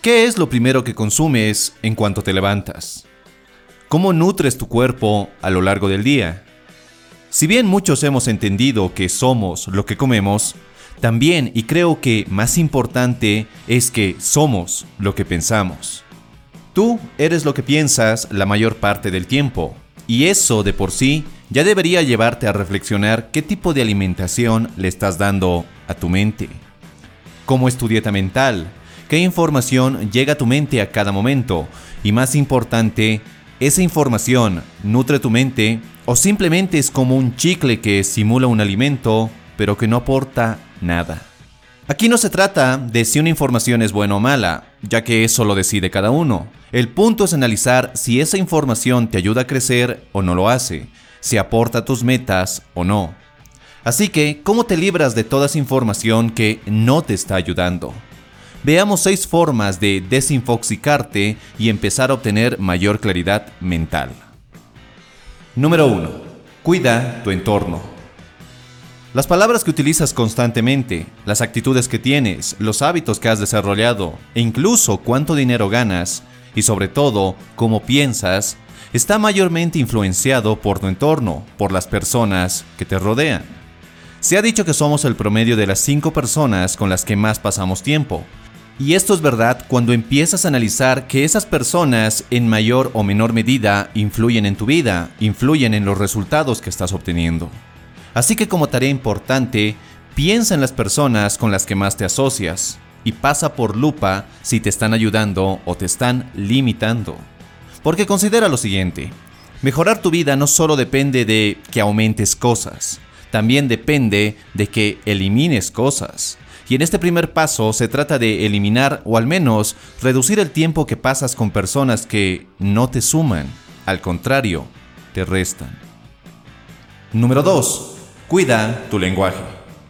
¿Qué es lo primero que consumes en cuanto te levantas? ¿Cómo nutres tu cuerpo a lo largo del día? Si bien muchos hemos entendido que somos lo que comemos, también, y creo que más importante, es que somos lo que pensamos. Tú eres lo que piensas la mayor parte del tiempo, y eso de por sí ya debería llevarte a reflexionar qué tipo de alimentación le estás dando a tu mente. ¿Cómo es tu dieta mental? ¿Qué información llega a tu mente a cada momento? Y más importante, ¿esa información nutre tu mente o simplemente es como un chicle que simula un alimento, pero que no aporta nada? Aquí no se trata de si una información es buena o mala, ya que eso lo decide cada uno. El punto es analizar si esa información te ayuda a crecer o no lo hace, si aporta a tus metas o no. Así que, ¿cómo te libras de toda esa información que no te está ayudando? Veamos 6 formas de desinfoxicarte y empezar a obtener mayor claridad mental. Número 1. Cuida tu entorno. Las palabras que utilizas constantemente, las actitudes que tienes, los hábitos que has desarrollado e incluso cuánto dinero ganas y sobre todo cómo piensas, está mayormente influenciado por tu entorno, por las personas que te rodean. Se ha dicho que somos el promedio de las 5 personas con las que más pasamos tiempo. Y esto es verdad cuando empiezas a analizar que esas personas en mayor o menor medida influyen en tu vida, influyen en los resultados que estás obteniendo. Así que como tarea importante, piensa en las personas con las que más te asocias y pasa por lupa si te están ayudando o te están limitando. Porque considera lo siguiente, mejorar tu vida no solo depende de que aumentes cosas, también depende de que elimines cosas. Y en este primer paso se trata de eliminar o al menos reducir el tiempo que pasas con personas que no te suman, al contrario, te restan. Número 2. Cuida tu lenguaje.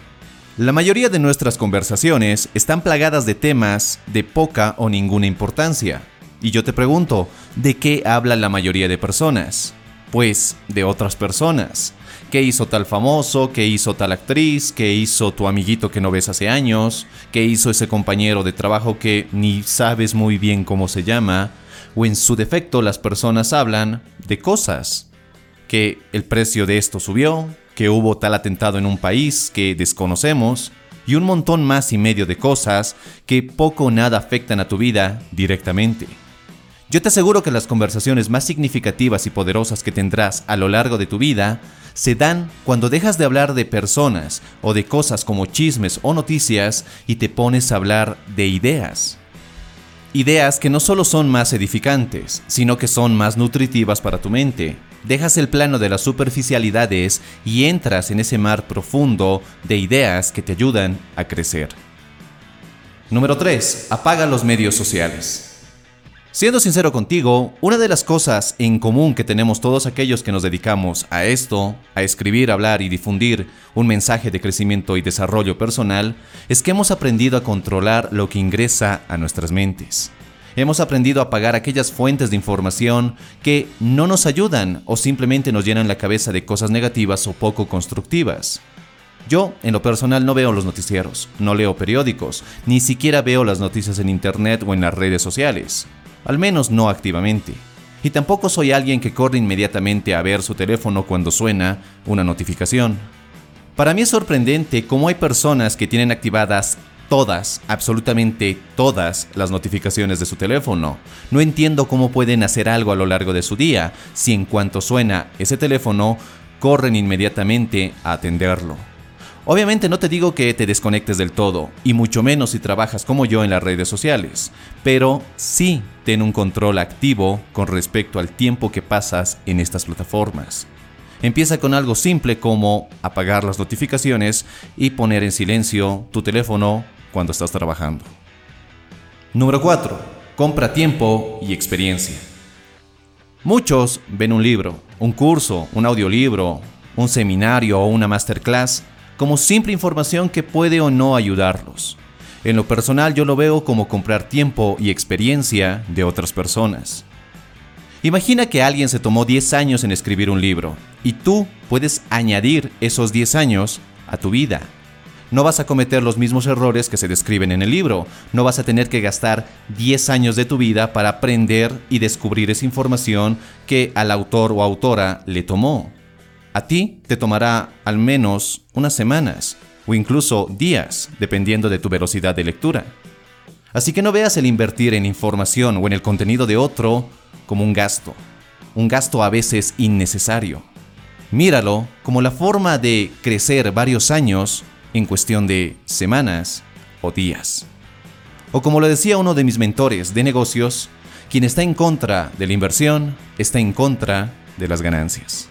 La mayoría de nuestras conversaciones están plagadas de temas de poca o ninguna importancia. Y yo te pregunto, ¿de qué habla la mayoría de personas? Pues de otras personas. ¿Qué hizo tal famoso? ¿Qué hizo tal actriz? ¿Qué hizo tu amiguito que no ves hace años? ¿Qué hizo ese compañero de trabajo que ni sabes muy bien cómo se llama? O en su defecto las personas hablan de cosas. Que el precio de esto subió, que hubo tal atentado en un país que desconocemos y un montón más y medio de cosas que poco o nada afectan a tu vida directamente. Yo te aseguro que las conversaciones más significativas y poderosas que tendrás a lo largo de tu vida se dan cuando dejas de hablar de personas o de cosas como chismes o noticias y te pones a hablar de ideas. Ideas que no solo son más edificantes, sino que son más nutritivas para tu mente. Dejas el plano de las superficialidades y entras en ese mar profundo de ideas que te ayudan a crecer. Número 3. Apaga los medios sociales. Siendo sincero contigo, una de las cosas en común que tenemos todos aquellos que nos dedicamos a esto, a escribir, hablar y difundir un mensaje de crecimiento y desarrollo personal, es que hemos aprendido a controlar lo que ingresa a nuestras mentes. Hemos aprendido a apagar aquellas fuentes de información que no nos ayudan o simplemente nos llenan la cabeza de cosas negativas o poco constructivas. Yo, en lo personal, no veo los noticieros, no leo periódicos, ni siquiera veo las noticias en internet o en las redes sociales. Al menos no activamente. Y tampoco soy alguien que corre inmediatamente a ver su teléfono cuando suena una notificación. Para mí es sorprendente cómo hay personas que tienen activadas todas, absolutamente todas las notificaciones de su teléfono. No entiendo cómo pueden hacer algo a lo largo de su día si en cuanto suena ese teléfono, corren inmediatamente a atenderlo. Obviamente no te digo que te desconectes del todo, y mucho menos si trabajas como yo en las redes sociales, pero sí ten un control activo con respecto al tiempo que pasas en estas plataformas. Empieza con algo simple como apagar las notificaciones y poner en silencio tu teléfono cuando estás trabajando. Número 4. Compra tiempo y experiencia. Muchos ven un libro, un curso, un audiolibro, un seminario o una masterclass como simple información que puede o no ayudarlos. En lo personal yo lo veo como comprar tiempo y experiencia de otras personas. Imagina que alguien se tomó 10 años en escribir un libro y tú puedes añadir esos 10 años a tu vida. No vas a cometer los mismos errores que se describen en el libro. No vas a tener que gastar 10 años de tu vida para aprender y descubrir esa información que al autor o autora le tomó. A ti te tomará al menos unas semanas o incluso días, dependiendo de tu velocidad de lectura. Así que no veas el invertir en información o en el contenido de otro como un gasto a veces innecesario. Míralo como la forma de crecer varios años en cuestión de semanas o días. O como lo decía uno de mis mentores de negocios, quien está en contra de la inversión está en contra de las ganancias.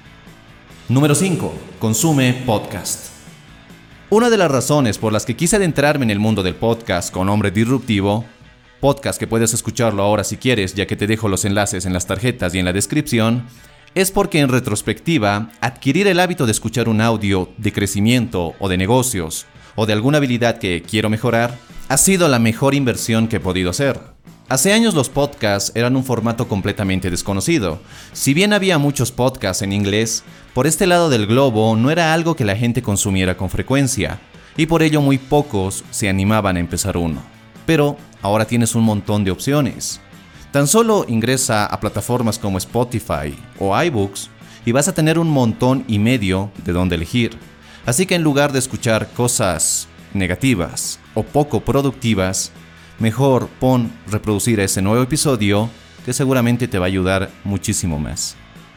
Número 5. Consume podcast. Una de las razones por las que quise adentrarme en el mundo del podcast con Hombre Disruptivo, podcast que puedes escucharlo ahora si quieres, ya que te dejo los enlaces en las tarjetas y en la descripción, es porque en retrospectiva, adquirir el hábito de escuchar un audio de crecimiento o de negocios o de alguna habilidad que quiero mejorar ha sido la mejor inversión que he podido hacer. Hace años los podcasts eran un formato completamente desconocido. Si bien había muchos podcasts en inglés, por este lado del globo no era algo que la gente consumiera con frecuencia, y por ello muy pocos se animaban a empezar uno. Pero ahora tienes un montón de opciones. Tan solo ingresa a plataformas como Spotify o iBooks y vas a tener un montón y medio de dónde elegir. Así que en lugar de escuchar cosas negativas o poco productivas, mejor pon reproducir ese nuevo episodio que seguramente te va a ayudar muchísimo más.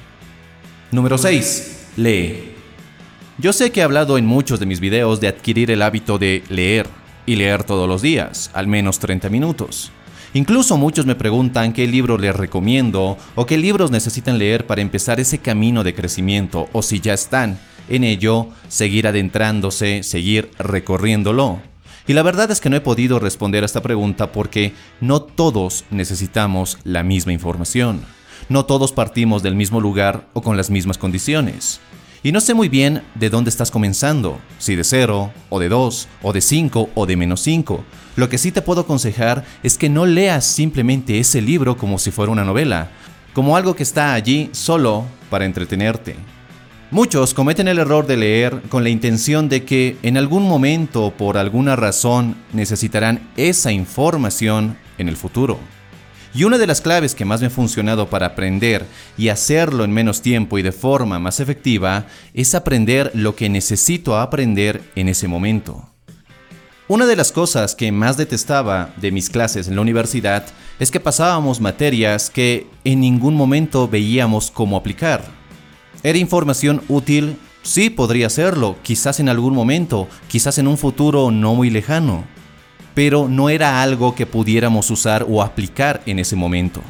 Número 6. Lee. Yo sé que he hablado en muchos de mis videos de adquirir el hábito de leer y leer todos los días, al menos 30 minutos. Incluso muchos me preguntan qué libro les recomiendo o qué libros necesitan leer para empezar ese camino de crecimiento, o si ya están en ello, seguir adentrándose, seguir recorriéndolo. Y la verdad es que no he podido responder a esta pregunta porque no todos necesitamos la misma información. No todos partimos del mismo lugar o con las mismas condiciones. Y no sé muy bien de dónde estás comenzando, si de 0, o de 2, o de 5, o de menos 5. Lo que sí te puedo aconsejar es que no leas simplemente ese libro como si fuera una novela, como algo que está allí solo para entretenerte. Muchos cometen el error de leer con la intención de que en algún momento o por alguna razón necesitarán esa información en el futuro. Y una de las claves que más me ha funcionado para aprender y hacerlo en menos tiempo y de forma más efectiva es aprender lo que necesito aprender en ese momento. Una de las cosas que más detestaba de mis clases en la universidad es que pasábamos materias que en ningún momento veíamos cómo aplicar. ¿Era información útil? Sí, podría serlo, quizás en algún momento, quizás en un futuro no muy lejano. Pero no era algo que pudiéramos usar o aplicar en ese momento.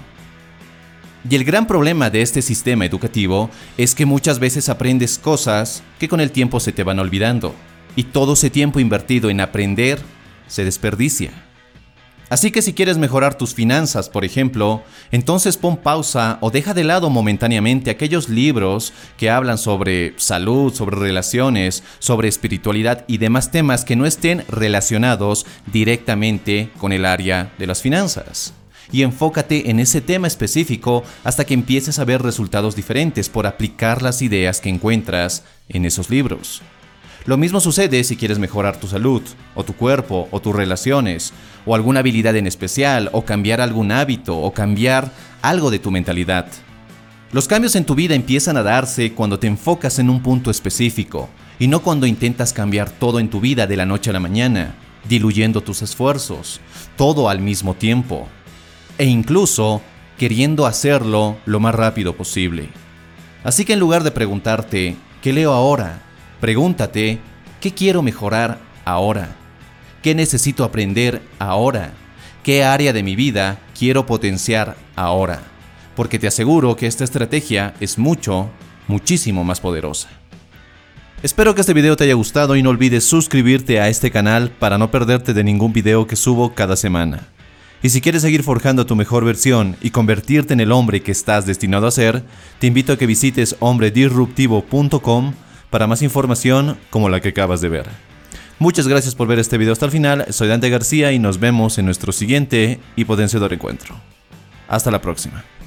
Y el gran problema de este sistema educativo es que muchas veces aprendes cosas que con el tiempo se te van olvidando, y todo ese tiempo invertido en aprender se desperdicia. Así que si quieres mejorar tus finanzas, por ejemplo, entonces pon pausa o deja de lado momentáneamente aquellos libros que hablan sobre salud, sobre relaciones, sobre espiritualidad y demás temas que no estén relacionados directamente con el área de las finanzas. Y enfócate en ese tema específico hasta que empieces a ver resultados diferentes por aplicar las ideas que encuentras en esos libros. Lo mismo sucede si quieres mejorar tu salud, o tu cuerpo, o tus relaciones, o alguna habilidad en especial, o cambiar algún hábito, o cambiar algo de tu mentalidad. Los cambios en tu vida empiezan a darse cuando te enfocas en un punto específico, y no cuando intentas cambiar todo en tu vida de la noche a la mañana, diluyendo tus esfuerzos, todo al mismo tiempo, e incluso queriendo hacerlo lo más rápido posible. Así que en lugar de preguntarte, ¿qué leo ahora?, pregúntate, ¿qué quiero mejorar ahora? ¿Qué necesito aprender ahora? ¿Qué área de mi vida quiero potenciar ahora? Porque te aseguro que esta estrategia es muchísimo más poderosa. Espero que este video te haya gustado y no olvides suscribirte a este canal para no perderte de ningún video que subo cada semana. Y si quieres seguir forjando tu mejor versión y convertirte en el hombre que estás destinado a ser, te invito a que visites hombredisruptivo.com para más información como la que acabas de ver. Muchas gracias por ver este video hasta el final. Soy Dante García y nos vemos en nuestro siguiente y potenciador encuentro. Hasta la próxima.